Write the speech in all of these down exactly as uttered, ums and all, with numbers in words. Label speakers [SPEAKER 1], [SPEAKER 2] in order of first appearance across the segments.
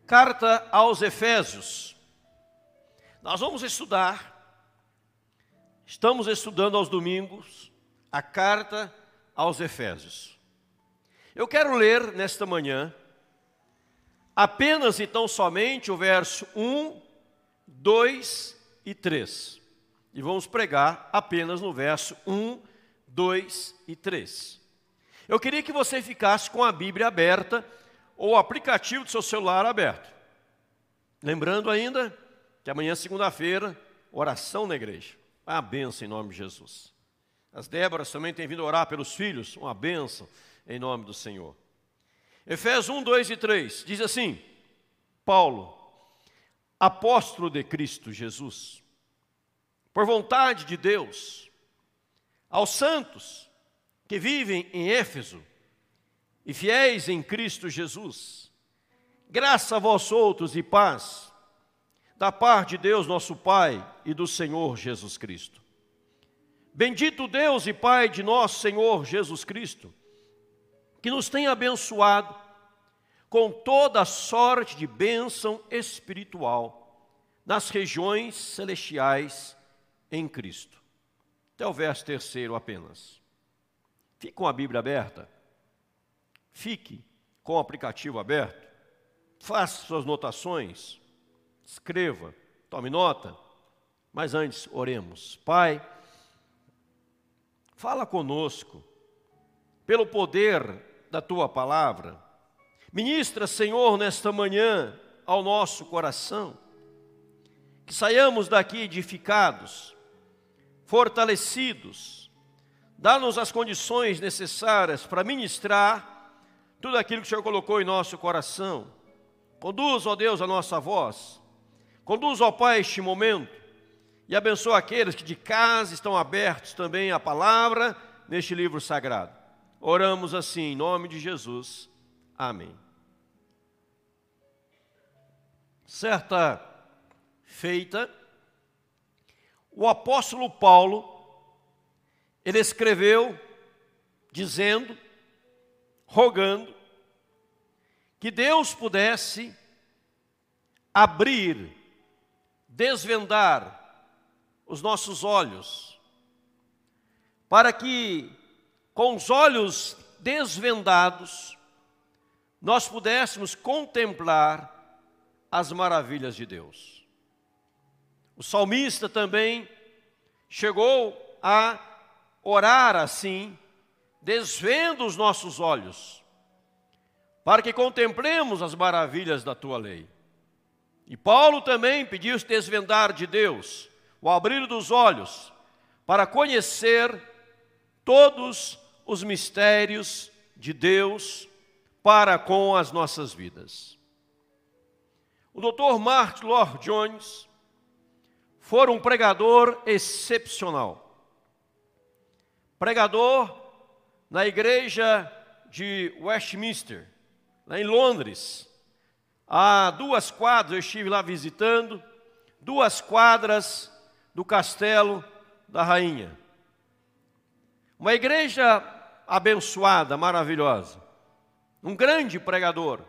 [SPEAKER 1] Carta aos Efésios. Nós vamos estudar, estamos estudando aos domingos, a carta aos Efésios. Eu quero ler nesta manhã, apenas e tão somente o verso um, dois e três. E vamos pregar apenas no verso um, dois e três. Eu queria que você ficasse com a Bíblia aberta, ou o aplicativo do seu celular aberto. Lembrando ainda que amanhã, segunda-feira, oração na igreja. Uma bênção em nome de Jesus. As Déboras também têm vindo orar pelos filhos, uma bênção em nome do Senhor. Efésios um, dois e três, diz assim: Paulo, apóstolo de Cristo Jesus, por vontade de Deus, aos santos que vivem em Éfeso, e fiéis em Cristo Jesus, graça a vós outros e paz, da parte de Deus nosso Pai e do Senhor Jesus Cristo. Bendito Deus e Pai de nosso Senhor Jesus Cristo, que nos tem abençoado com toda a sorte de bênção espiritual nas regiões celestiais em Cristo. Até o verso terceiro apenas. Fique com a Bíblia aberta. Fique com o aplicativo aberto, faça suas notações, escreva, tome nota, mas antes oremos. Pai, fala conosco, pelo poder da Tua palavra, ministra, Senhor, nesta manhã ao nosso coração, que saiamos daqui edificados, fortalecidos, dá-nos as condições necessárias para ministrar tudo aquilo que o Senhor colocou em nosso coração. Conduz, ó Deus, a nossa voz. Conduz, ó Pai, este momento. E abençoa aqueles que de casa estão abertos também à palavra neste livro sagrado. Oramos assim, em nome de Jesus. Amém. Certa feita, o apóstolo Paulo, ele escreveu dizendo, rogando, que Deus pudesse abrir, desvendar os nossos olhos, para que com os olhos desvendados nós pudéssemos contemplar as maravilhas de Deus. O salmista também chegou a orar assim, desvenda os nossos olhos, para que contemplemos as maravilhas da Tua lei. E Paulo também pediu esse desvendar de Deus, o abrir dos olhos, para conhecer todos os mistérios de Deus para com as nossas vidas. O doutor Martin Lloyd Jones foi um pregador excepcional. Pregador na igreja de Westminster, lá em Londres. Há duas quadras, eu estive lá visitando, duas quadras do castelo da rainha. Uma igreja abençoada, maravilhosa. Um grande pregador.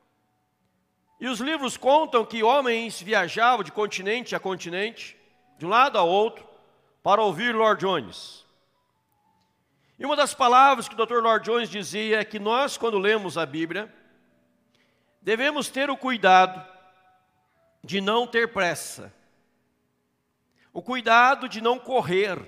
[SPEAKER 1] E os livros contam que homens viajavam de continente a continente, de um lado a outro, para ouvir Lloyd Jones. E uma das palavras que o doutor Lloyd Jones dizia é que nós, quando lemos a Bíblia, devemos ter o cuidado de não ter pressa, o cuidado de não correr,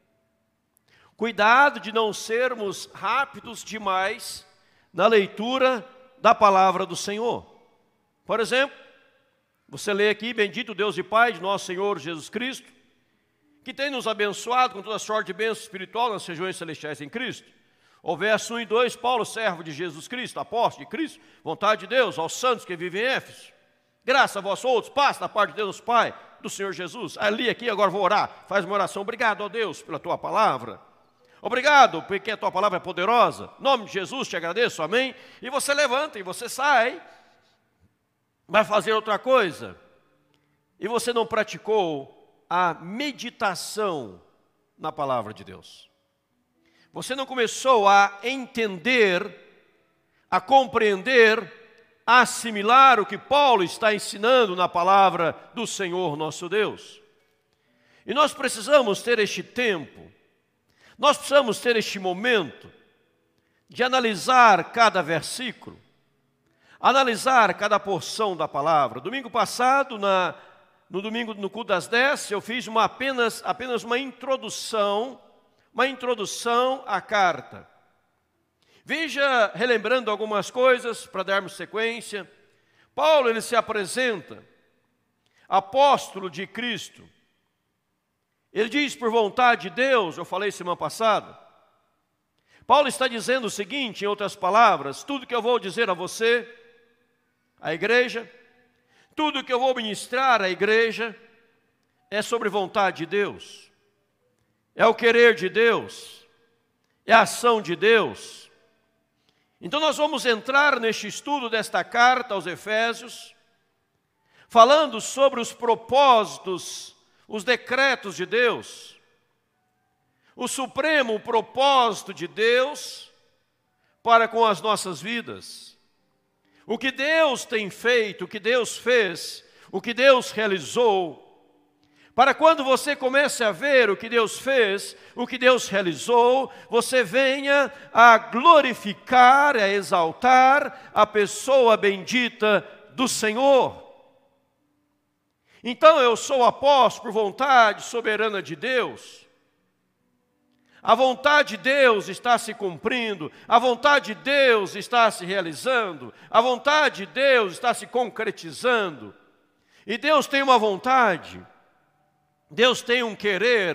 [SPEAKER 1] cuidado de não sermos rápidos demais na leitura da palavra do Senhor. Por exemplo, você lê aqui, bendito Deus e Pai de nosso Senhor Jesus Cristo, que tem nos abençoado com toda sorte de bênção espiritual nas regiões celestiais em Cristo. O verso um e dois, Paulo, servo de Jesus Cristo, apóstolo de Cristo, vontade de Deus, aos santos que vivem em Éfeso. Graça a vós outros, paz da parte de Deus Pai, do Senhor Jesus. Ali, aqui, agora vou orar, faz uma oração. Obrigado, ó Deus, pela Tua palavra. Obrigado, porque a Tua palavra é poderosa. Em nome de Jesus te agradeço, amém. E você levanta e você sai, vai fazer outra coisa. E você não praticou a meditação na palavra de Deus. Você não começou a entender, a compreender assimilar o que Paulo está ensinando na palavra do Senhor nosso Deus. E nós precisamos ter este tempo, nós precisamos ter este momento de analisar cada versículo, analisar cada porção da palavra. Domingo passado, na, no domingo no culto das dez, eu fiz uma apenas, apenas uma introdução, uma introdução à carta. Veja, relembrando algumas coisas, para darmos sequência, Paulo ele se apresenta apóstolo de Cristo. Ele diz por vontade de Deus, eu falei semana passada. Paulo está dizendo o seguinte, em outras palavras, tudo que eu vou dizer a você, a igreja, tudo que eu vou ministrar à igreja, é sobre vontade de Deus, é o querer de Deus, é a ação de Deus. Então nós vamos entrar neste estudo desta carta aos Efésios, falando sobre os propósitos, os decretos de Deus, o supremo propósito de Deus para com as nossas vidas. O que Deus tem feito, o que Deus fez, o que Deus realizou, para quando você comece a ver o que Deus fez, o que Deus realizou, você venha a glorificar, a exaltar a pessoa bendita do Senhor. Então eu sou apóstolo por vontade soberana de Deus. A vontade de Deus está se cumprindo, a vontade de Deus está se realizando, a vontade de Deus está se concretizando. E Deus tem uma vontade, Deus tem um querer,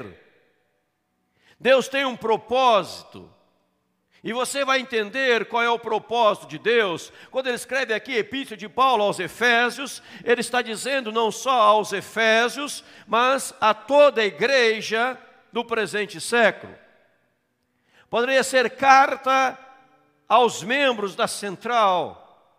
[SPEAKER 1] Deus tem um propósito. E você vai entender qual é o propósito de Deus. Quando ele escreve aqui, Epístola de Paulo aos Efésios, ele está dizendo não só aos Efésios, mas a toda a igreja do presente século. Poderia ser carta aos membros da central,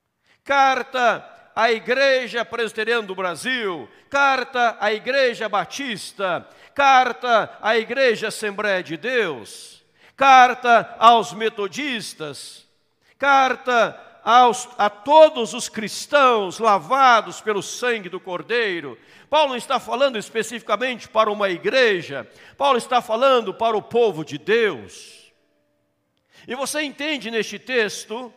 [SPEAKER 1] carta à Igreja Presbiteriana do Brasil, carta à Igreja Batista, carta à Igreja Assembleia de Deus, carta aos metodistas, carta aos, a todos os cristãos lavados pelo sangue do Cordeiro. Paulo não está falando especificamente para uma igreja, Paulo está falando para o povo de Deus. E você entende neste texto,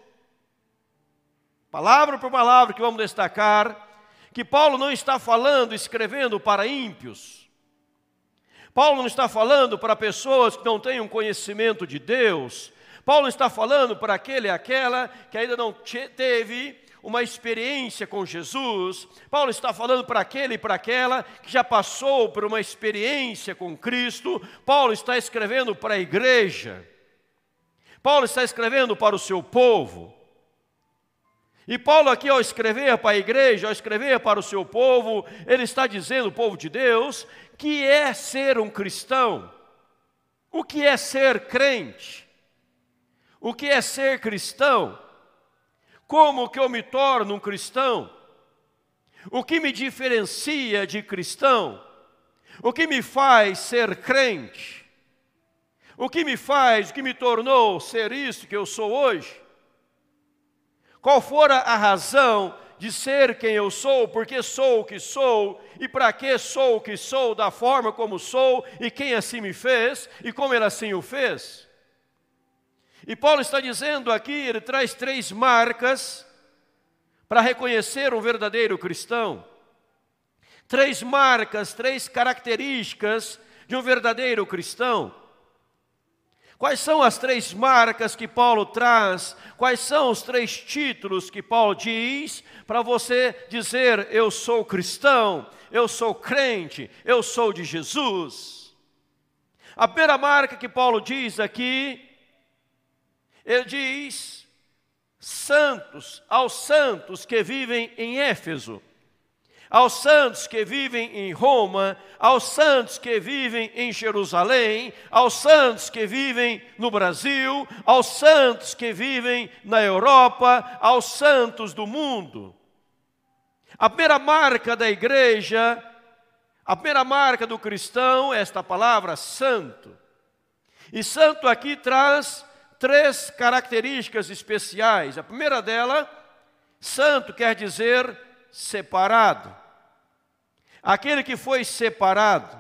[SPEAKER 1] palavra por palavra que vamos destacar, que Paulo não está falando, escrevendo para ímpios. Paulo não está falando para pessoas que não têm um conhecimento de Deus. Paulo está falando para aquele e aquela que ainda não teve uma experiência com Jesus. Paulo está falando para aquele e para aquela que já passou por uma experiência com Cristo. Paulo está escrevendo para a igreja. Paulo está escrevendo para o seu povo. E Paulo aqui, ao escrever para a igreja, ao escrever para o seu povo, ele está dizendo, o povo de Deus, que é ser um cristão. O que é ser crente? O que é ser cristão? Como que eu me torno um cristão? O que me diferencia de cristão? O que me faz ser crente? O que me faz, o que me tornou ser isso que eu sou hoje? Qual fora a razão de ser quem eu sou, porque sou o que sou, e para que sou o que sou, da forma como sou, e quem assim me fez, e como ele assim o fez? E Paulo está dizendo aqui, ele traz três marcas para reconhecer um verdadeiro cristão. Três marcas, três características de um verdadeiro cristão. Quais são as três marcas que Paulo traz? Quais são os três títulos que Paulo diz para você dizer, eu sou cristão, eu sou crente, eu sou de Jesus? A primeira marca que Paulo diz aqui, ele diz, santos, aos santos que vivem em Éfeso, aos santos que vivem em Roma, aos santos que vivem em Jerusalém, aos santos que vivem no Brasil, aos santos que vivem na Europa, aos santos do mundo. A primeira marca da igreja, a primeira marca do cristão é esta palavra, santo. E santo aqui traz três características especiais. A primeira dela Santo quer dizer separado. Aquele que foi separado.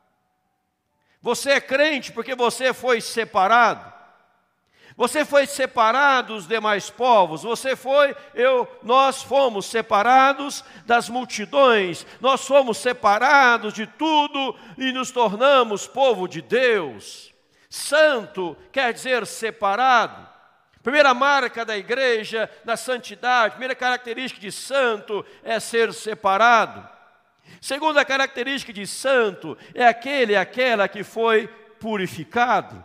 [SPEAKER 1] Você é crente porque você foi separado. Você foi separado dos demais povos, você foi, eu, nós fomos separados das multidões, nós fomos separados de tudo e nos tornamos povo de Deus. Santo quer dizer separado. Primeira marca da igreja, da santidade, primeira característica de santo é ser separado. Segunda característica de santo é aquele, aquela que foi purificado.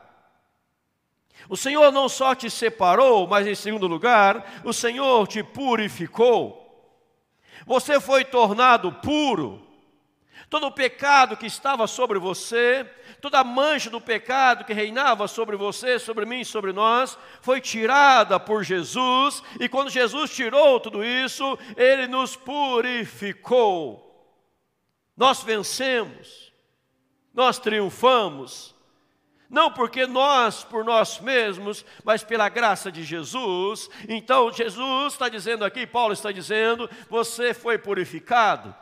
[SPEAKER 1] O Senhor não só te separou, mas em segundo lugar, o Senhor te purificou. Você foi tornado puro. Todo o pecado que estava sobre você, toda a mancha do pecado que reinava sobre você, sobre mim, sobre nós, foi tirada por Jesus. E quando Jesus tirou tudo isso, Ele nos purificou. Nós vencemos, nós triunfamos. Não porque nós, por nós mesmos, mas pela graça de Jesus. Então Jesus está dizendo aqui, Paulo está dizendo, você foi purificado.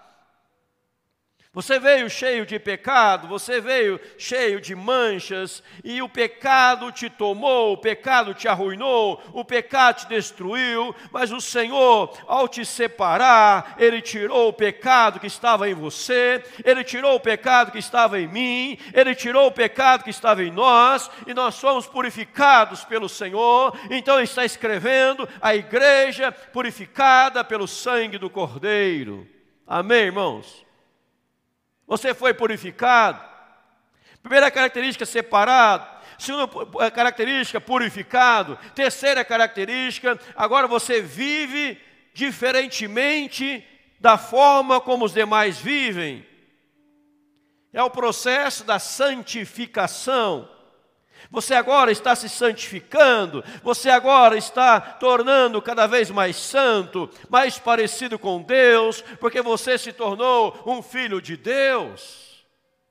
[SPEAKER 1] Você veio cheio de pecado, você veio cheio de manchas, e o pecado te tomou, o pecado te arruinou, o pecado te destruiu, mas o Senhor, ao te separar, Ele tirou o pecado que estava em você, Ele tirou o pecado que estava em mim, Ele tirou o pecado que estava em nós, e nós somos purificados pelo Senhor. Então Ele está escrevendo a igreja purificada pelo sangue do Cordeiro. Amém, irmãos? Você foi purificado. Primeira característica, separado. Segunda característica, purificado. Terceira característica, agora você vive diferentemente da forma como os demais vivem. É o processo da santificação. Você agora está se santificando, você agora está tornando cada vez mais santo, mais parecido com Deus, porque você se tornou um filho de Deus,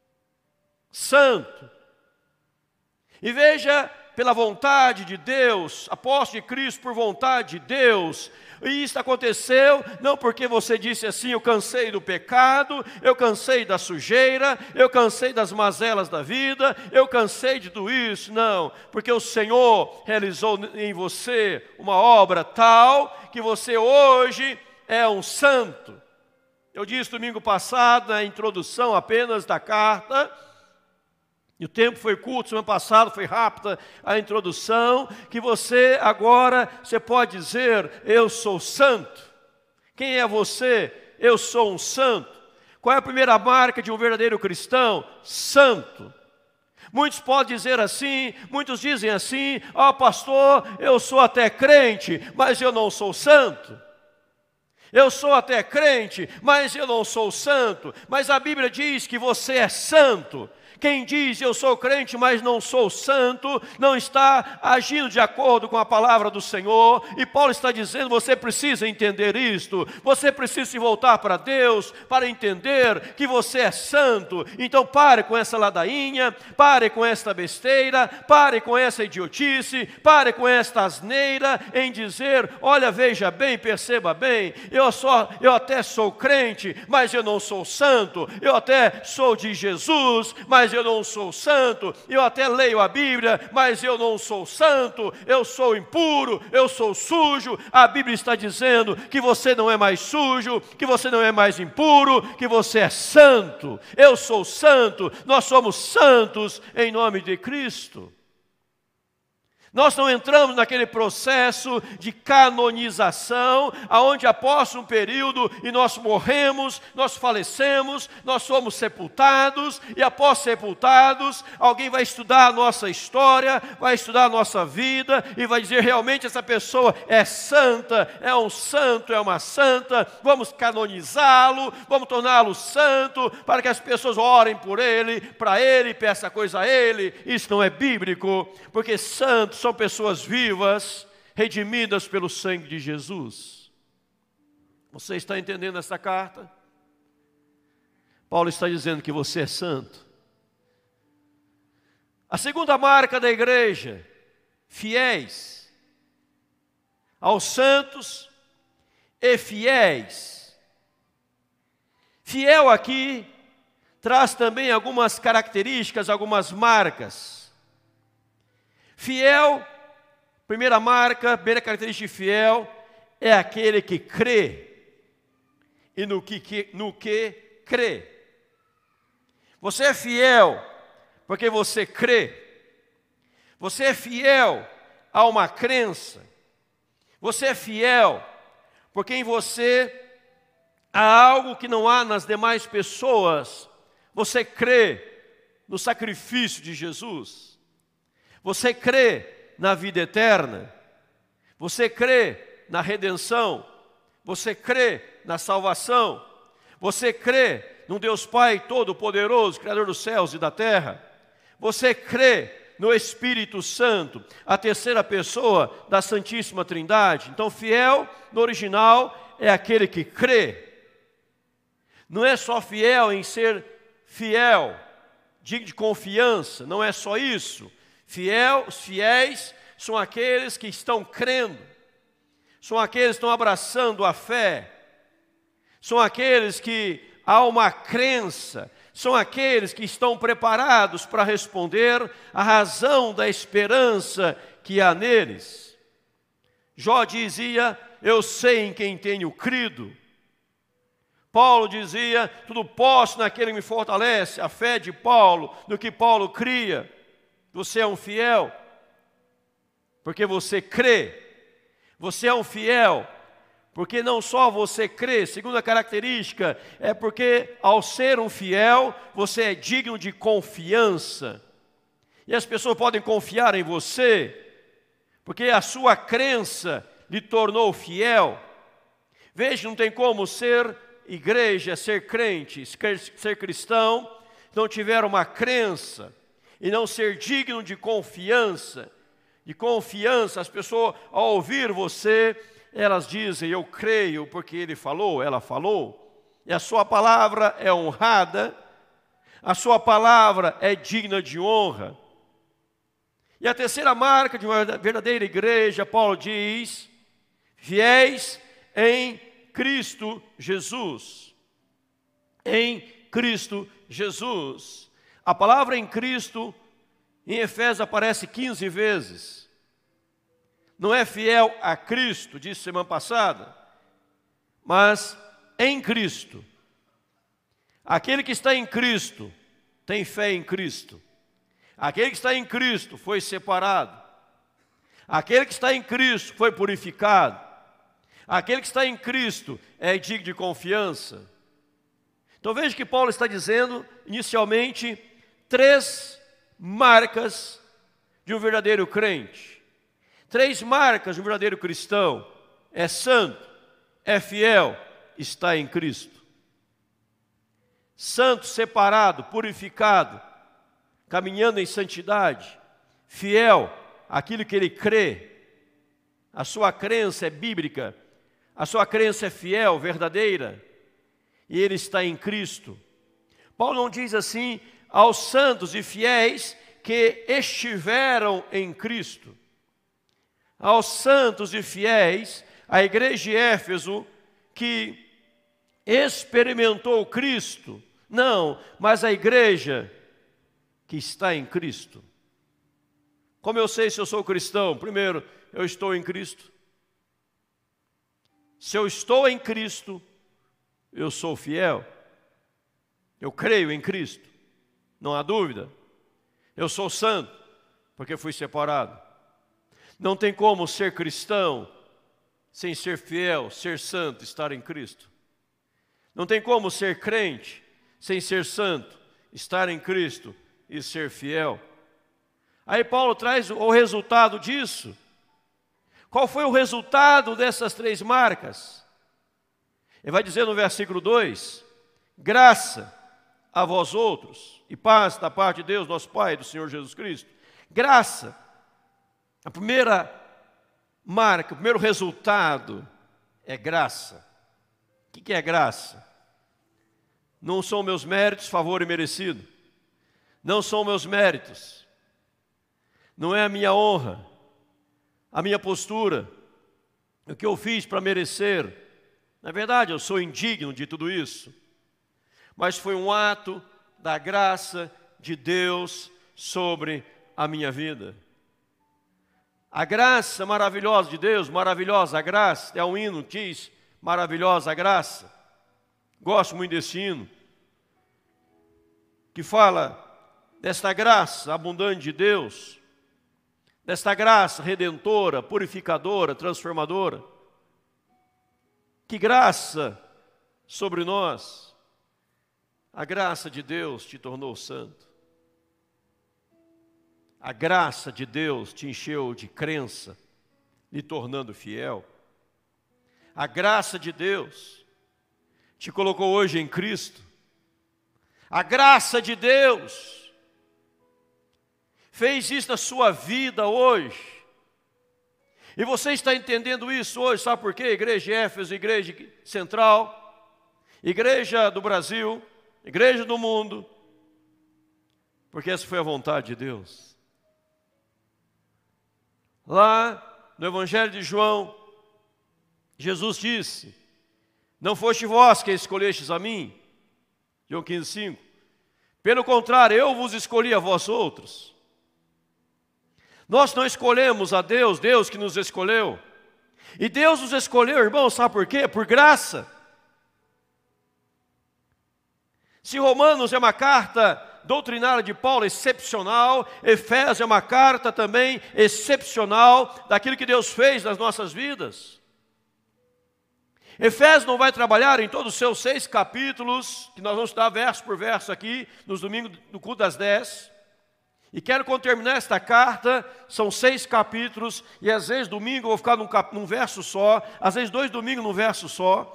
[SPEAKER 1] santo. E veja, pela vontade de Deus, apóstolo de Cristo por vontade de Deus, e isso aconteceu não porque você disse assim, eu cansei do pecado, eu cansei da sujeira, eu cansei das mazelas da vida, eu cansei de tudo isso, não, porque o Senhor realizou em você uma obra tal, que você hoje é um santo. Eu disse domingo passado, na introdução apenas da carta, e o tempo foi curto, semana passada foi rápida a introdução, que você agora, você pode dizer, eu sou santo. Quem é você? Eu sou um santo. Qual é a primeira marca de um verdadeiro cristão? Santo. Muitos podem dizer assim, muitos dizem assim, ó pastor, eu sou até crente, mas eu não sou santo. Eu sou até crente, mas eu não sou santo. Mas a Bíblia diz que você é santo. Quem diz eu sou crente, mas não sou santo, não está agindo de acordo com a palavra do Senhor. E Paulo está dizendo, você precisa entender isto. Você precisa se voltar para Deus para entender que você é santo. Então pare com essa ladainha, pare com esta besteira, pare com essa idiotice, pare com esta asneira em dizer, olha, veja bem, perceba bem, eu, só, eu até sou crente, mas eu não sou santo. Eu até sou de Jesus, mas eu não sou santo, eu até leio a Bíblia, mas eu não sou santo, eu sou impuro, eu sou sujo. A Bíblia está dizendo que você não é mais sujo, que você não é mais impuro, que você é santo. Eu sou santo, nós somos santos em nome de Cristo. Nós não entramos naquele processo de canonização, aonde após um período e nós morremos, nós falecemos, nós somos sepultados, e após sepultados, alguém vai estudar a nossa história, vai estudar a nossa vida, e vai dizer, realmente essa pessoa é santa, é um santo, é uma santa, vamos canonizá-lo, vamos torná-lo santo, para que as pessoas orem por ele, para ele, peçam coisa a ele. Isso não é bíblico, porque santos são pessoas vivas, redimidas pelo sangue de Jesus. Você está entendendo essa carta? Paulo está dizendo que você é santo. A segunda marca da igreja, fiéis. Aos santos e fiéis. Fiel aqui traz também algumas características, algumas marcas. Fiel, primeira marca, primeira característica de fiel, é aquele que crê, e no que, que, no que crê. Você é fiel porque você crê. Você é fiel a uma crença. Você é fiel porque em você há algo que não há nas demais pessoas. Você crê no sacrifício de Jesus. Você crê na vida eterna. Você crê na redenção. Você crê na salvação. Você crê num Deus Pai Todo-Poderoso, Criador dos céus e da terra. Você crê no Espírito Santo, a terceira pessoa da Santíssima Trindade. Então, fiel no original é aquele que crê. Não é só fiel em ser fiel, digno de confiança, não é só isso. Fiel, os fiéis são aqueles que estão crendo, são aqueles que estão abraçando a fé, são aqueles que há uma crença, são aqueles que estão preparados para responder à razão da esperança que há neles. Jó dizia, eu sei em quem tenho crido. Paulo dizia, tudo posso naquele que me fortalece. A fé de Paulo, no que Paulo cria. Você é um fiel, porque você crê. Você é um fiel, porque não só você crê, segunda característica, é porque ao ser um fiel, você é digno de confiança. E as pessoas podem confiar em você, porque a sua crença lhe tornou fiel. Veja, não tem como ser igreja, ser crente, ser cristão, não tiver uma crença e não ser digno de confiança. De confiança, as pessoas ao ouvir você, elas dizem, eu creio porque ele falou, ela falou, e a sua palavra é honrada, a sua palavra é digna de honra. E a terceira marca de uma verdadeira igreja, Paulo diz, fiéis em Cristo Jesus. Em Cristo Jesus. A palavra em Cristo, em Efésios aparece quinze vezes. Não é fiel a Cristo, disse semana passada, mas em Cristo. Aquele que está em Cristo, tem fé em Cristo. Aquele que está em Cristo foi separado. Aquele que está em Cristo foi purificado. Aquele que está em Cristo é digno de confiança. Então veja que Paulo está dizendo, inicialmente, três marcas de um verdadeiro crente. Três marcas de um verdadeiro cristão. É santo, é fiel, está em Cristo. Santo, separado, purificado, caminhando em santidade, fiel àquilo que ele crê. A sua crença é bíblica, a sua crença é fiel, verdadeira, e ele está em Cristo. Paulo não diz assim aos santos e fiéis que estiveram em Cristo. Aos santos e fiéis, a igreja de Éfeso que experimentou Cristo, não, mas a igreja que está em Cristo. Como eu sei se eu sou cristão? Primeiro, eu estou em Cristo. Se eu estou em Cristo, eu sou fiel. Eu creio em Cristo, não há dúvida. Eu sou santo, porque fui separado. Não tem como ser cristão sem ser fiel, ser santo, estar em Cristo. Não tem como ser crente sem ser santo, estar em Cristo e ser fiel. Aí Paulo traz o resultado disso. Qual foi o resultado dessas três marcas? Ele vai dizer no versículo dois, graça a vós outros e paz da parte de Deus, nosso Pai, do Senhor Jesus Cristo. Graça. A primeira marca, o primeiro resultado é graça. O que é graça? Não são meus méritos, favor e merecido. Não são meus méritos. Não é a minha honra, a minha postura, o que eu fiz para merecer Na verdade, eu sou indigno de tudo isso, mas foi um ato da graça de Deus sobre a minha vida. A graça maravilhosa de Deus, maravilhosa a graça, é um hino que diz, maravilhosa a graça. Gosto muito desse hino, que fala desta graça abundante de Deus, desta graça redentora, purificadora, transformadora. Que graça sobre nós! A graça de Deus te tornou santo. A graça de Deus te encheu de crença, lhe tornando fiel. A graça de Deus te colocou hoje em Cristo. A graça de Deus fez isso na sua vida hoje. E você está entendendo isso hoje, sabe por quê? Igreja de Éfeso, Igreja Central, Igreja do Brasil, Igreja do mundo, porque essa foi a vontade de Deus. Lá no Evangelho de João, Jesus disse, não foste vós que escolhestes a mim, João quinze, cinco, pelo contrário, eu vos escolhi a vós outros. Nós não escolhemos a Deus, Deus que nos escolheu. E Deus nos escolheu, irmão, sabe por quê? Por graça. Se Romanos é uma carta doutrinária de Paulo excepcional, Efésios é uma carta também excepcional daquilo que Deus fez nas nossas vidas. Efésios não vai trabalhar em todos os seus seis capítulos, que nós vamos estudar verso por verso aqui, nos domingos do culto das dez. E quero, quando terminar esta carta, são seis capítulos, e às vezes domingo eu vou ficar num, cap, num verso só, às vezes dois domingos num verso só.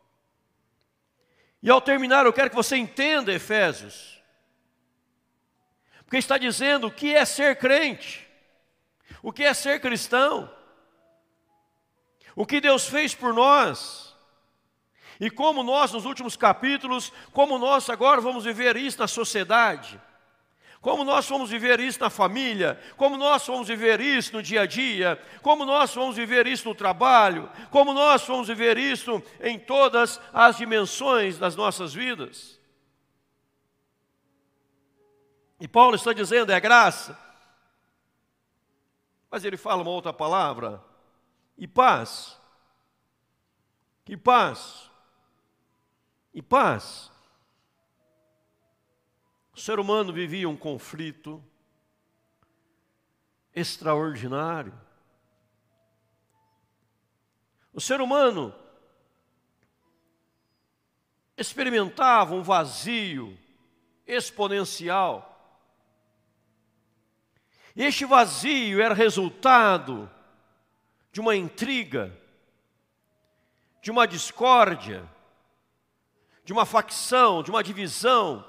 [SPEAKER 1] E ao terminar eu quero que você entenda Efésios. Porque está dizendo o que é ser crente, o que é ser cristão, o que Deus fez por nós, e como nós nos últimos capítulos, como nós agora vamos viver isso na sociedade, como nós vamos viver isso na família, como nós vamos viver isso no dia a dia, como nós vamos viver isso no trabalho, como nós vamos viver isso em todas as dimensões das nossas vidas. E Paulo está dizendo, é graça. Mas ele fala uma outra palavra, e paz. E paz. E paz. O ser humano vivia um conflito extraordinário. O ser humano experimentava um vazio exponencial. Este vazio era resultado de uma intriga, de uma discórdia, de uma facção, de uma divisão.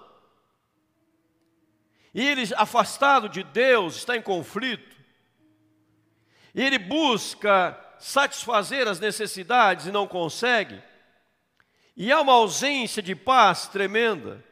[SPEAKER 1] E ele, afastado de Deus, está em conflito. E ele busca satisfazer as necessidades e não consegue. E há uma ausência de paz tremenda.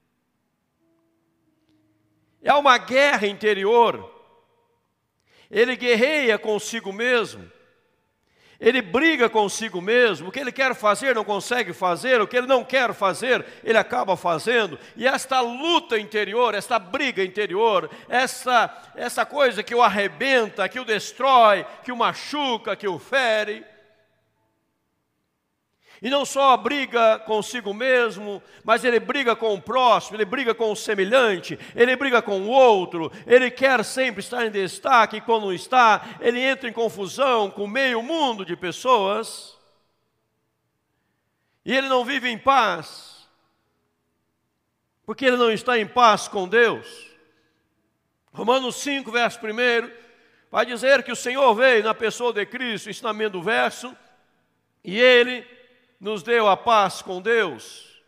[SPEAKER 1] E há uma guerra interior. Ele guerreia consigo mesmo. Ele briga consigo mesmo. O que ele quer fazer não consegue fazer. O que ele não quer fazer, ele acaba fazendo. E esta luta interior, esta briga interior, essa, essa coisa que o arrebenta, que o destrói, que o machuca, que o fere. E não só briga consigo mesmo, mas ele briga com o próximo, ele briga com o semelhante, ele briga com o outro, ele quer sempre estar em destaque, e quando não está, ele entra em confusão com meio mundo de pessoas, e ele não vive em paz, porque ele não está em paz com Deus. Romanos cinco, verso primeiro, vai dizer que o Senhor veio na pessoa de Cristo, ensinamento do verso, e ele nos deu a paz com Deus.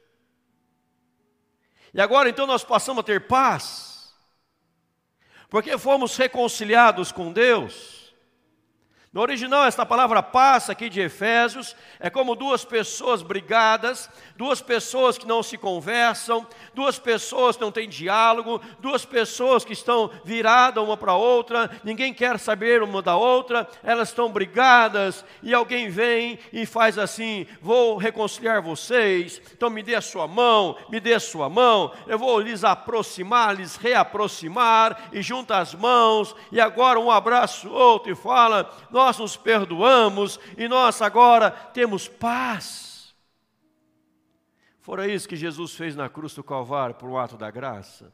[SPEAKER 1] E agora então nós passamos a ter paz, porque fomos reconciliados com Deus. No original, esta palavra paz aqui de Efésios é como duas pessoas brigadas, duas pessoas que não se conversam, duas pessoas que não têm diálogo, duas pessoas que estão viradas uma para a outra, ninguém quer saber uma da outra, elas estão brigadas e alguém vem e faz assim: vou reconciliar vocês, então me dê a sua mão, me dê a sua mão, eu vou lhes aproximar, lhes reaproximar, e junta as mãos, e agora um abraça o outro e fala: nós nos perdoamos e nós agora temos paz. Fora isso que Jesus fez na cruz do Calvário por um ato da graça.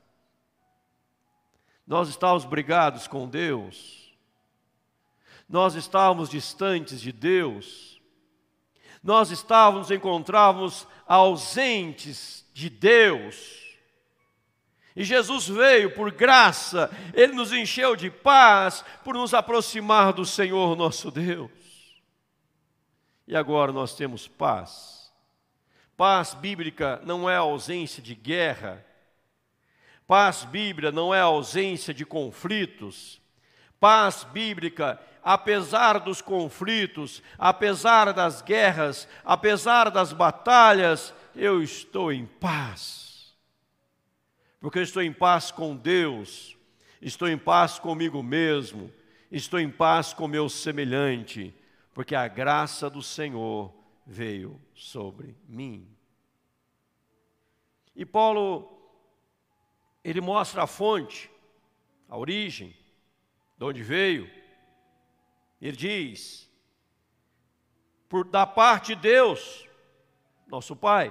[SPEAKER 1] Nós estávamos brigados com Deus, nós estávamos distantes de Deus, nós estávamos, encontrávamos ausentes de Deus. E Jesus veio por graça, Ele nos encheu de paz, por nos aproximar do Senhor nosso Deus. E agora nós temos paz. Paz bíblica não é ausência de guerra. Paz bíblica não é ausência de conflitos. Paz bíblica, apesar dos conflitos, apesar das guerras, apesar das batalhas, eu estou em paz. Porque eu estou em paz com Deus, estou em paz comigo mesmo, estou em paz com meu semelhante, porque a graça do Senhor veio sobre mim. E Paulo, ele mostra a fonte, a origem, de onde veio. Ele diz: por da parte de Deus, nosso Pai,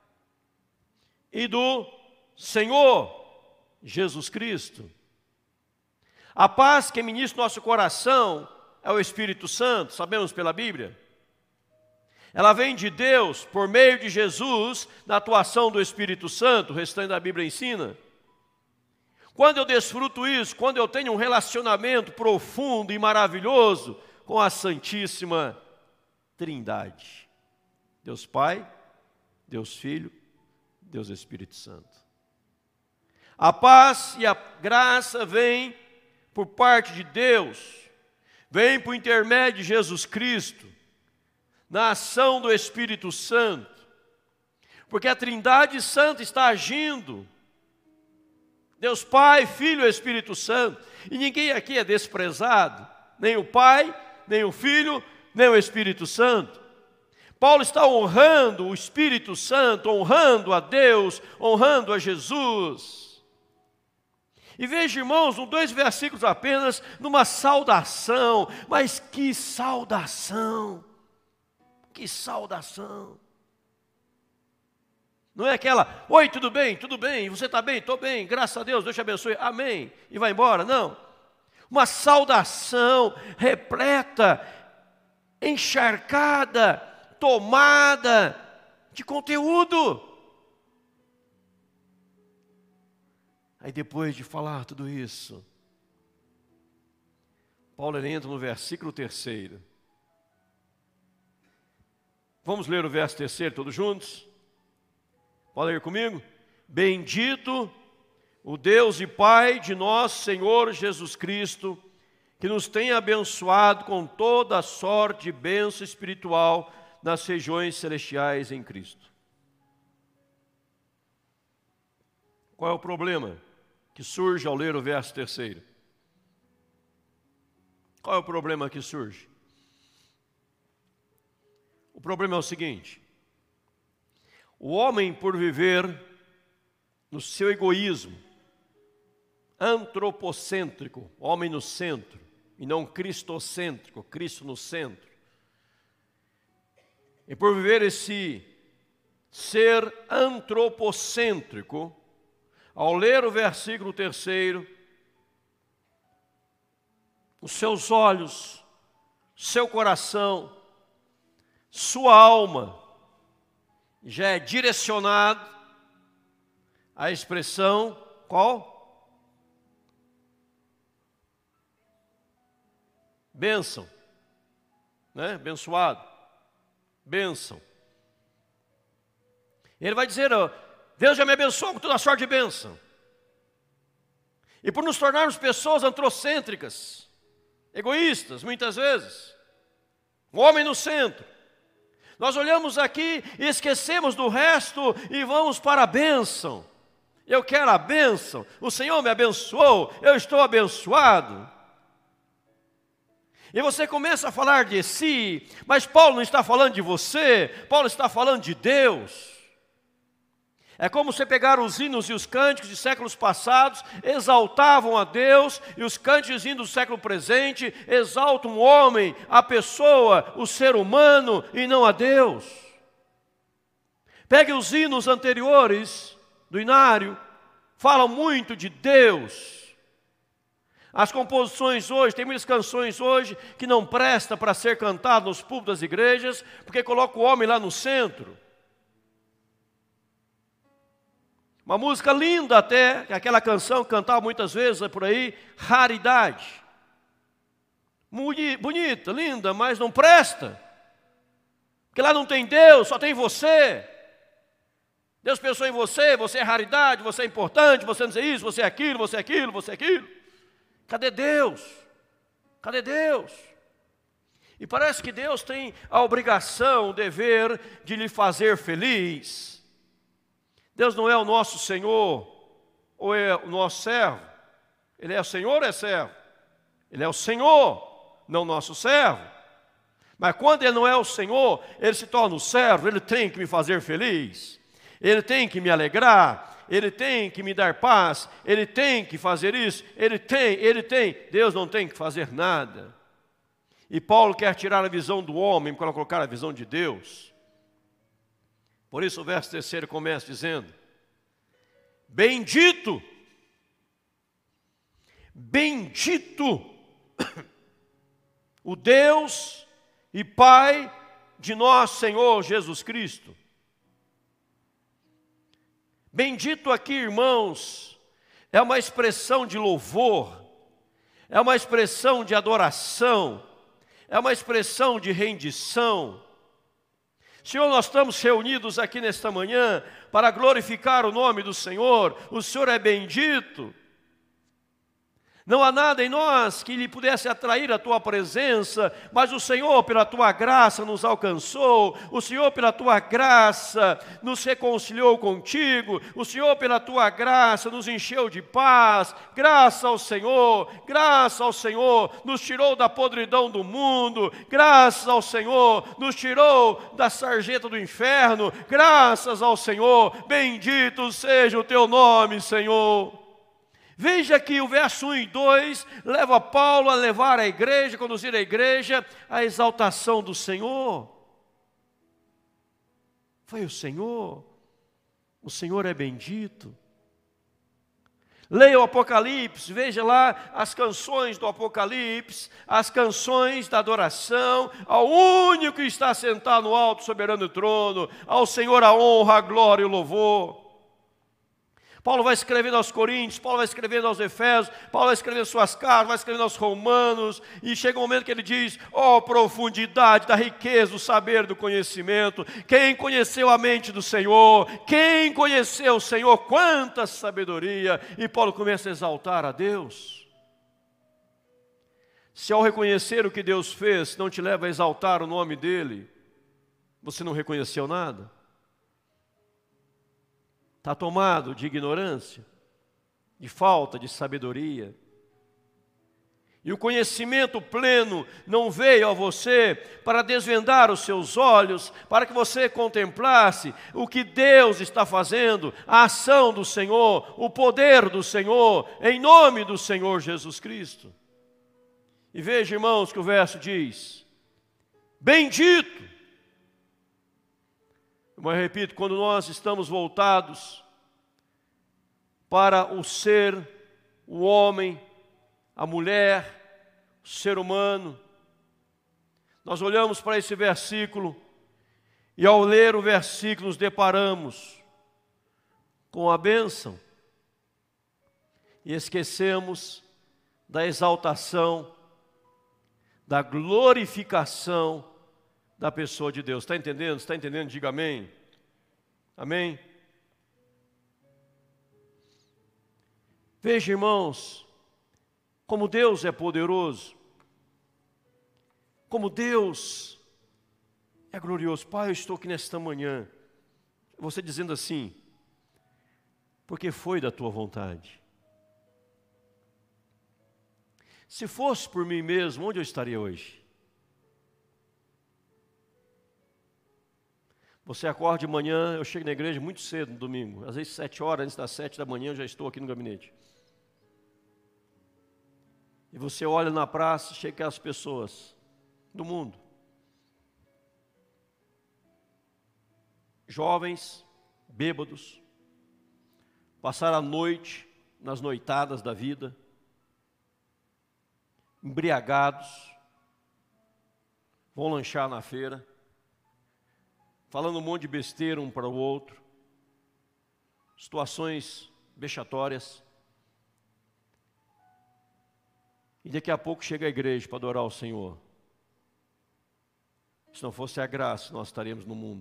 [SPEAKER 1] e do Senhor Jesus Cristo. A paz que ministra nosso coração é o Espírito Santo, sabemos pela Bíblia. Ela vem de Deus por meio de Jesus, na atuação do Espírito Santo, o restante da Bíblia ensina. Quando eu desfruto isso, quando eu tenho um relacionamento profundo e maravilhoso com a Santíssima Trindade. Deus Pai, Deus Filho, Deus Espírito Santo. A paz e a graça vêm por parte de Deus, vem por intermédio de Jesus Cristo, na ação do Espírito Santo, porque a Trindade Santa está agindo, Deus Pai, Filho e Espírito Santo, e ninguém aqui é desprezado, nem o Pai, nem o Filho, nem o Espírito Santo. Paulo está honrando o Espírito Santo, honrando a Deus, honrando a Jesus. E veja, irmãos, em dois versículos apenas, numa saudação, mas que saudação, que saudação. Não é aquela: oi, tudo bem, tudo bem, você está bem? Estou bem, graças a Deus, Deus te abençoe, amém, e vai embora, não. Uma saudação repleta, encharcada, tomada de conteúdo. Aí depois de falar tudo isso, Paulo ele entra no versículo terceiro. Vamos ler o verso terceiro todos juntos? Pode ler comigo? Bendito o Deus e Pai de nosso Senhor Jesus Cristo, que nos tem abençoado com toda a sorte de bênção espiritual nas regiões celestiais em Cristo. Qual é o problema que surge ao ler o verso terceiro? Qual é o problema que surge? O problema é o seguinte: o homem, por viver no seu egoísmo, antropocêntrico, homem no centro, e não cristocêntrico, Cristo no centro, e por viver esse ser antropocêntrico, ao ler o versículo terceiro, os seus olhos, seu coração, sua alma, já é direcionado à expressão qual? Bênção, né? Abençoado, bênção. Ele vai dizer: ó, Deus já me abençoou com toda a sorte de bênção. E por nos tornarmos pessoas antropocêntricas, egoístas, muitas vezes. O homem no centro. Nós olhamos aqui e esquecemos do resto e vamos para a bênção. Eu quero a bênção, o Senhor me abençoou, eu estou abençoado. E você começa a falar de si, mas Paulo não está falando de você, Paulo está falando de Deus. É como você pegar os hinos e os cânticos de séculos passados, exaltavam a Deus, e os cânticos hinos do século presente exaltam o homem, a pessoa, o ser humano, e não a Deus. Pegue os hinos anteriores do inário, falam muito de Deus. As composições hoje, tem muitas canções hoje que não prestam para ser cantadas nos púlpitos das igrejas, porque coloca o homem lá no centro. Uma música linda até, aquela canção que cantava muitas vezes por aí, Raridade. Bonita, linda, mas não presta. Porque lá não tem Deus, só tem você. Deus pensou em você, você é raridade, você é importante, você não sei isso, você é aquilo, você é aquilo, você é aquilo. Cadê Deus? Cadê Deus? E parece que Deus tem a obrigação, o dever de lhe fazer feliz. Deus não é o nosso Senhor, ou é o nosso servo. Ele é o Senhor ou é servo? Ele é o Senhor, não o nosso servo. Mas quando Ele não é o Senhor, Ele se torna o servo, Ele tem que me fazer feliz. Ele tem que me alegrar, Ele tem que me dar paz, Ele tem que fazer isso, Ele tem, Ele tem. Deus não tem que fazer nada. E Paulo quer tirar a visão do homem para colocar a visão de Deus. Por isso o verso terceiro começa dizendo: bendito, bendito o Deus e Pai de nosso Senhor Jesus Cristo. Bendito aqui, irmãos, é uma expressão de louvor, é uma expressão de adoração, é uma expressão de rendição. Senhor, nós estamos reunidos aqui nesta manhã para glorificar o nome do Senhor. O Senhor é bendito. Não há nada em nós que lhe pudesse atrair a Tua presença, mas o Senhor, pela Tua graça, nos alcançou. O Senhor, pela Tua graça, nos reconciliou contigo. O Senhor, pela Tua graça, nos encheu de paz. Graça ao Senhor, graça ao Senhor, nos tirou da podridão do mundo. Graças ao Senhor, nos tirou da sarjeta do inferno. Graças ao Senhor, bendito seja o Teu nome, Senhor. Veja que o verso um e dois leva Paulo a levar a igreja, conduzir a igreja à exaltação do Senhor. Foi o Senhor, o Senhor é bendito. Leia o Apocalipse, veja lá as canções do Apocalipse, as canções da adoração ao único que está sentado no alto soberano trono, ao Senhor a honra, a glória e o louvor. Paulo vai escrevendo aos Coríntios, Paulo vai escrevendo aos Efésios, Paulo vai escrevendo suas cartas, vai escrevendo aos Romanos, e chega um momento que ele diz: ó, profundidade da riqueza, do saber, do conhecimento, quem conheceu a mente do Senhor, quem conheceu o Senhor, quanta sabedoria, e Paulo começa a exaltar a Deus. Se ao reconhecer o que Deus fez, não te leva a exaltar o nome dEle, você não reconheceu nada. Está tomado de ignorância, de falta de sabedoria. E o conhecimento pleno não veio a você para desvendar os seus olhos, para que você contemplasse o que Deus está fazendo, a ação do Senhor, o poder do Senhor, em nome do Senhor Jesus Cristo. E veja, irmãos, que o verso diz: bendito. Mas repito, quando nós estamos voltados para o ser, o homem, a mulher, o ser humano, nós olhamos para esse versículo e ao ler o versículo nos deparamos com a bênção e esquecemos da exaltação, da glorificação da pessoa de Deus. Está entendendo? Está entendendo? Diga amém. Amém? Veja, irmãos, como Deus é poderoso. como Deus é glorioso. Pai, eu estou aqui nesta manhã, você dizendo assim, porque foi da tua vontade. Se fosse por mim mesmo, onde eu estaria hoje? Você acorda de manhã, eu chego na igreja muito cedo no domingo, às vezes sete horas, antes das sete da manhã eu já estou aqui no gabinete. E você olha na praça, chega as pessoas do mundo. Jovens, bêbados, passaram a noite nas noitadas da vida, embriagados, vão lanchar na feira, falando um monte de besteira um para o outro, situações vexatórias. E daqui a pouco chega a igreja para adorar o Senhor. Se não fosse a graça, nós estaríamos no mundo.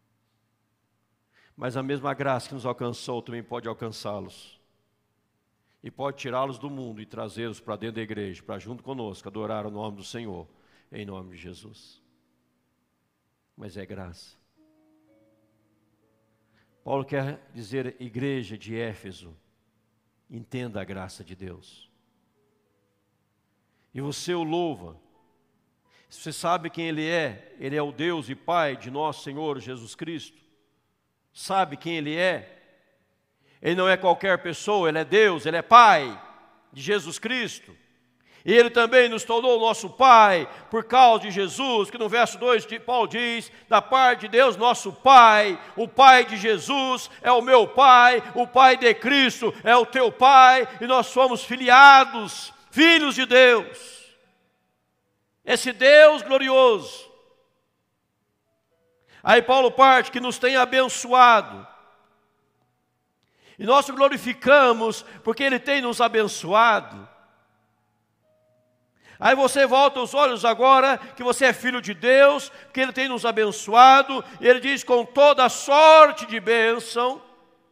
[SPEAKER 1] Mas a mesma graça que nos alcançou também pode alcançá-los. E pode tirá-los do mundo e trazê-los para dentro da igreja, para junto conosco adorar o nome do Senhor, em nome de Jesus. Mas é graça. Paulo quer dizer, igreja de Éfeso, entenda a graça de Deus. E você o louva. Se você sabe quem Ele é, Ele é o Deus e Pai de nosso Senhor Jesus Cristo. Sabe quem Ele é? Ele não é qualquer pessoa, Ele é Deus, Ele é Pai de Jesus Cristo. E Ele também nos tornou nosso Pai por causa de Jesus, que no verso dois Paulo diz, da parte de Deus nosso Pai, o Pai de Jesus é o meu Pai, o Pai de Cristo é o teu Pai, e nós somos filiados, filhos de Deus. Esse Deus glorioso. Aí Paulo parte que nos tem abençoado. E nós o glorificamos porque Ele tem nos abençoado. Aí você volta os olhos agora que você é filho de Deus, que Ele tem nos abençoado. E Ele diz com toda sorte de bênção.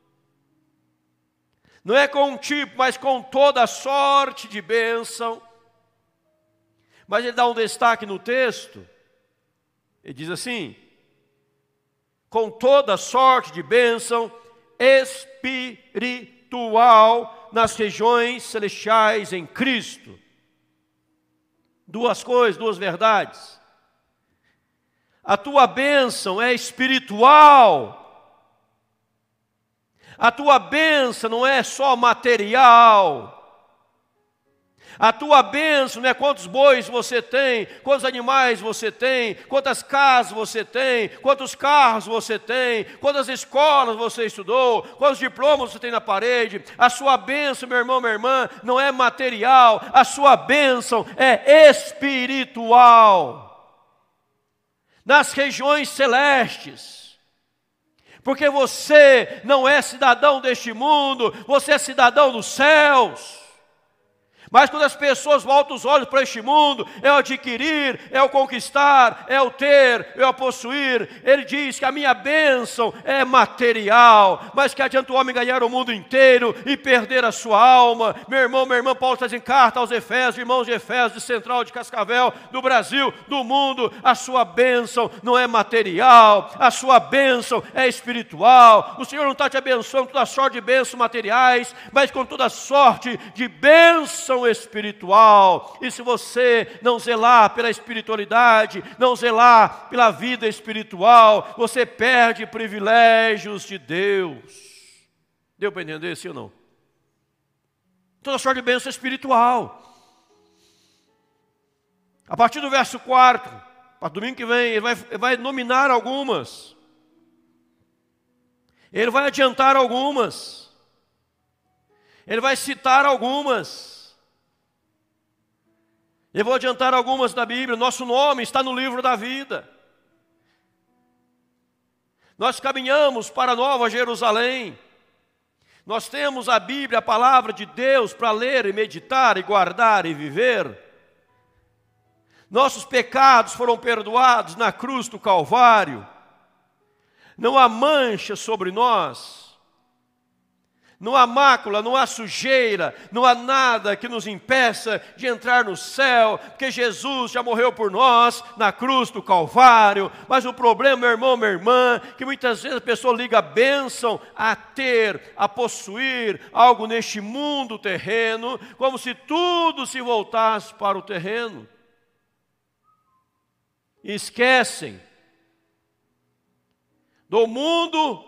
[SPEAKER 1] Não é com um tipo, mas com toda sorte de bênção. Mas Ele dá um destaque no texto. Ele diz assim, com toda sorte de bênção espiritual nas regiões celestiais em Cristo. Duas coisas, duas verdades. A tua bênção é espiritual. A tua bênção não é só material. A tua bênção não é quantos bois você tem, quantos animais você tem, quantas casas você tem, quantos carros você tem, quantas escolas você estudou, quantos diplomas você tem na parede. A sua bênção, meu irmão, minha irmã, não é material, a sua bênção é espiritual. Nas regiões celestes. Porque você não é cidadão deste mundo, você é cidadão dos céus. Mas quando as pessoas voltam os olhos para este mundo, é o adquirir, é o conquistar, é o ter, é o possuir. Ele diz que a minha bênção é material, mas que adianta o homem ganhar o mundo inteiro e perder a sua alma. Meu irmão, minha irmã, Paulo está em carta aos Efésios, irmãos de Efésios, de Central, de Cascavel, do Brasil, do mundo. A sua bênção não é material, a sua bênção é espiritual. O Senhor não está te abençoando com toda sorte de bênçãos materiais, mas com toda sorte de bênção espiritual. E se você não zelar pela espiritualidade, não zelar pela vida espiritual, você perde privilégios de Deus. Deu para entender, sim ou não? Toda sorte de bênção espiritual. A partir do verso quarto, para domingo que vem, ele vai, ele vai nominar algumas. Ele vai adiantar algumas. Ele vai citar algumas. Eu vou adiantar algumas da Bíblia. Nosso nome está no livro da vida. Nós caminhamos para a Nova Jerusalém. Nós temos a Bíblia, a palavra de Deus, para ler e meditar e guardar e viver. Nossos pecados foram perdoados na cruz do Calvário. Não há mancha sobre nós. Não há mácula, não há sujeira, não há nada que nos impeça de entrar no céu, porque Jesus já morreu por nós na cruz do Calvário. Mas o problema, meu irmão, minha irmã, que muitas vezes a pessoa liga a bênção a ter, a possuir algo neste mundo terreno, como se tudo se voltasse para o terreno. E esquecem do mundo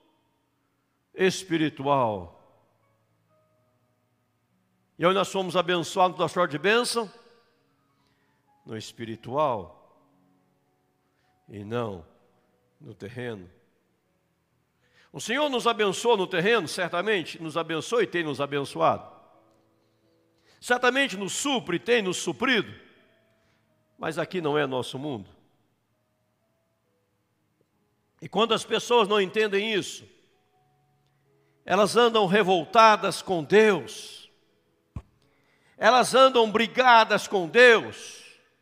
[SPEAKER 1] espiritual. E onde nós somos abençoados da sorte de bênção? No espiritual. E não no terreno. O Senhor nos abençoou no terreno, certamente nos abençoou e tem nos abençoado. Certamente nos supre e tem nos suprido. Mas aqui não é nosso mundo. E quando as pessoas não entendem isso, elas andam revoltadas com Deus, elas andam brigadas com Deus,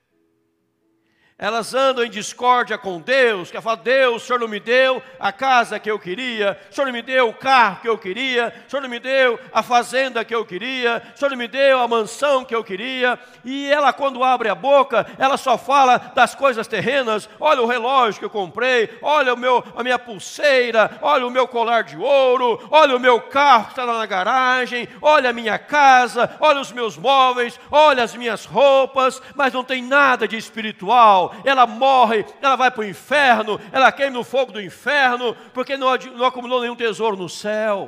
[SPEAKER 1] elas andam em discórdia com Deus, que fala, Deus, o Senhor não me deu a casa que eu queria, o Senhor não me deu o carro que eu queria, o Senhor não me deu a fazenda que eu queria, o Senhor não me deu a mansão que eu queria. E ela, quando abre a boca, ela só fala das coisas terrenas. Olha o relógio que eu comprei, olha o meu, a minha pulseira, olha o meu colar de ouro, olha o meu carro que está lá na garagem, olha a minha casa, olha os meus móveis, olha as minhas roupas, mas não tem nada de espiritual. Ela morre, ela vai para o inferno, ela queima no fogo do inferno, porque não, não acumulou nenhum tesouro no céu.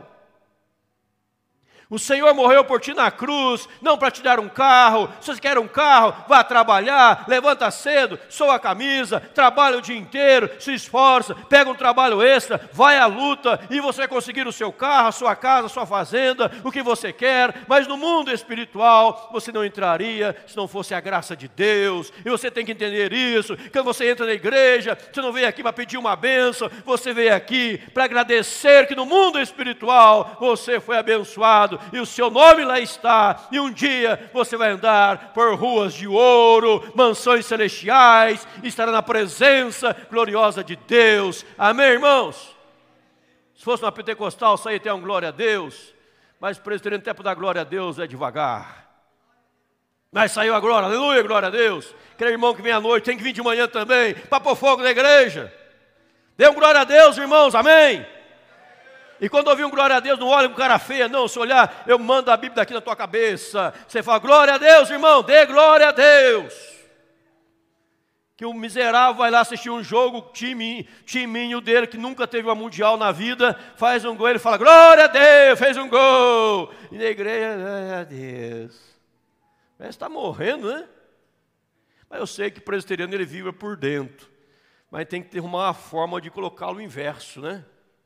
[SPEAKER 1] O Senhor morreu por ti na cruz, não para te dar um carro. Se você quer um carro, vá trabalhar, levanta cedo, soa a camisa, trabalha o dia inteiro, se esforça, pega um trabalho extra, vai à luta e você vai conseguir o seu carro, a sua casa, a sua fazenda, o que você quer. Mas no mundo espiritual você não entraria se não fosse a graça de Deus. E você tem que entender isso. Quando você entra na igreja, você não veio aqui para pedir uma bênção, você veio aqui para agradecer que no mundo espiritual você foi abençoado. E o seu nome lá está, e um dia você vai andar por ruas de ouro, mansões celestiais, e estará na presença gloriosa de Deus. Amém, irmãos? Se fosse uma pentecostal, sair até um glória a Deus, mas o presbiteriano tempo da glória a Deus é devagar. Mas saiu a glória, aleluia, glória a Deus. Aquele irmão que vem à noite tem que vir de manhã também, para pôr fogo na igreja. Dê um glória a Deus, irmãos, amém? E quando ouvir um glória a Deus, não olha com cara feia, não. Se olhar, eu mando a Bíblia aqui na tua cabeça. Você fala, glória a Deus, irmão, dê glória a Deus. Que o miserável vai lá assistir um jogo, time, timinho dele, que nunca teve uma mundial na vida, faz um gol, ele fala, glória a Deus, fez um gol. E na igreja, glória a Deus. Parece que está morrendo, né? Mas eu sei que o presbiteriano, ele vibra por dentro. Mas tem que ter uma forma de colocá-lo inverso, né?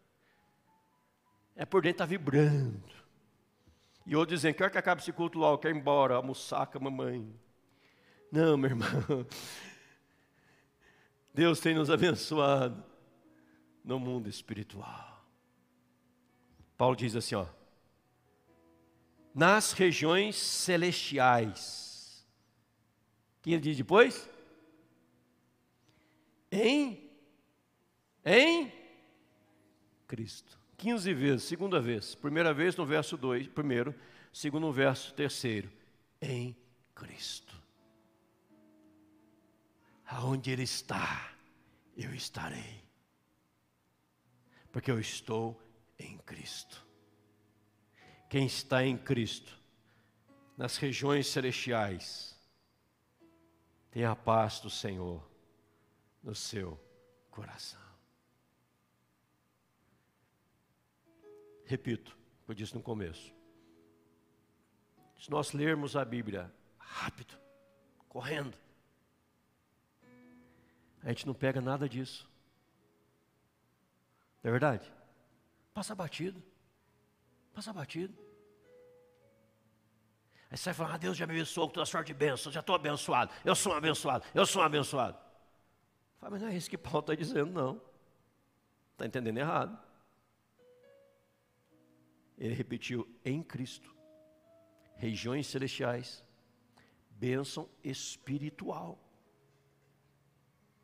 [SPEAKER 1] É por dentro, está vibrando. E outro dizendo, quer que acabe esse culto logo, quer ir embora, almoçar com a mamãe. Não, meu irmão. Deus tem nos abençoado no mundo espiritual. Paulo diz assim, ó. Nas regiões celestiais. O que ele diz depois? Em, em Cristo. quinze vezes, segunda vez. Primeira vez no verso dois, primeiro. Segundo no verso terceiro. Em Cristo. Aonde Ele está, eu estarei. Porque eu estou em Cristo. Quem está em Cristo, nas regiões celestiais, tem a paz do Senhor no seu coração. Repito, o que eu disse no começo. Se nós lermos a Bíblia rápido, correndo, a gente não pega nada disso. Não é verdade? Passa batido. Passa batido. Aí você vai falar, ah, Deus já me abençoou com toda sorte de bênção, já estou abençoado, eu sou um abençoado, eu sou um abençoado. Fala, mas não é isso que Paulo está dizendo, não. Está entendendo errado. Ele repetiu, em Cristo, regiões celestiais, bênção espiritual.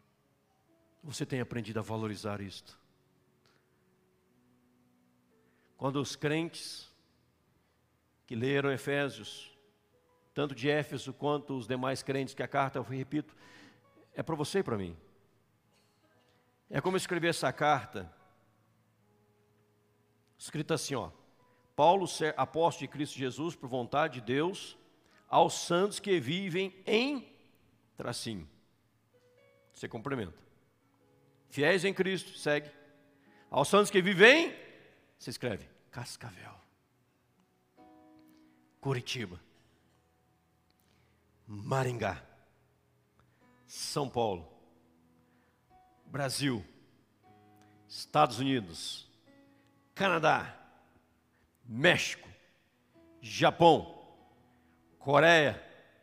[SPEAKER 1] Você tem aprendido a valorizar isto? Quando os crentes que leram Efésios, tanto de Éfeso quanto os demais crentes, que a carta, eu repito, é para você e para mim. É como escrever essa carta, escrita assim, ó. Paulo, apóstolo de Cristo Jesus, por vontade de Deus, aos santos que vivem em tracinho. Você complementa. Fiéis em Cristo, segue. Aos santos que vivem, você escreve, Cascavel, Curitiba, Maringá, São Paulo, Brasil, Estados Unidos, Canadá, México, Japão, Coreia,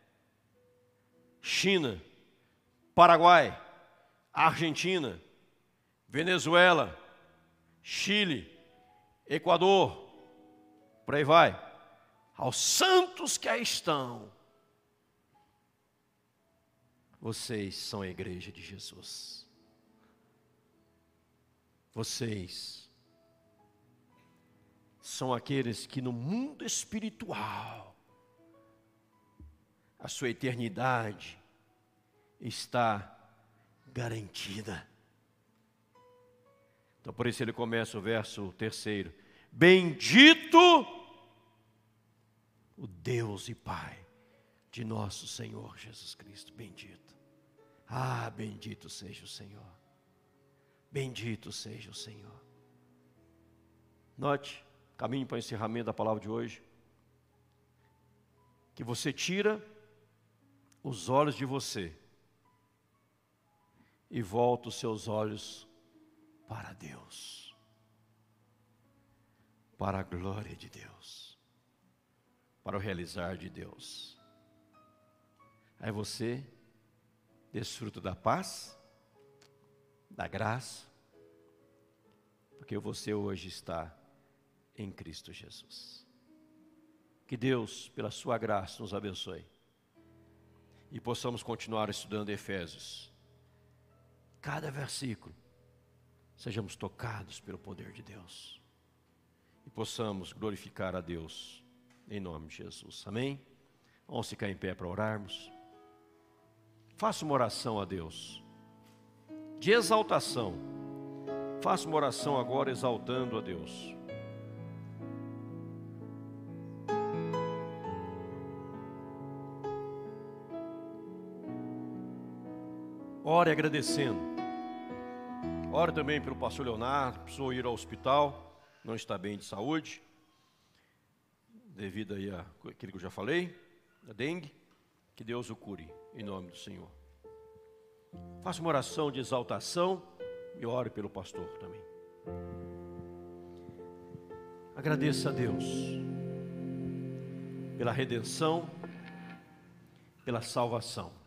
[SPEAKER 1] China, Paraguai, Argentina, Venezuela, Chile, Equador, por aí vai. Aos santos que aí estão, vocês são a igreja de Jesus. Vocês são aqueles que no mundo espiritual, a sua eternidade está garantida. Então por isso ele começa o verso terceiro. Bendito o Deus e Pai de nosso Senhor Jesus Cristo. Bendito. Ah, bendito seja o Senhor. Bendito seja o Senhor. Note, caminho para o encerramento da palavra de hoje, que você tira os olhos de você e volta os seus olhos para Deus, para a glória de Deus, para o realizar de Deus. Aí você desfruta da paz, da graça, porque você hoje está em Cristo Jesus. Que Deus, pela sua graça, nos abençoe e possamos continuar estudando Efésios. Cada versículo, sejamos tocados pelo poder de Deus e possamos glorificar a Deus em nome de Jesus. Amém? Vamos ficar em pé para orarmos. Faça uma oração a Deus de exaltação. Faça uma oração agora exaltando a Deus. Ore agradecendo. Ore também pelo pastor Leonardo, precisou ir ao hospital, não está bem de saúde, devido aí àquilo que eu já falei, a dengue. Que Deus o cure, em nome do Senhor. Faça uma oração de exaltação e ore pelo pastor também. Agradeça a Deus pela redenção, pela salvação.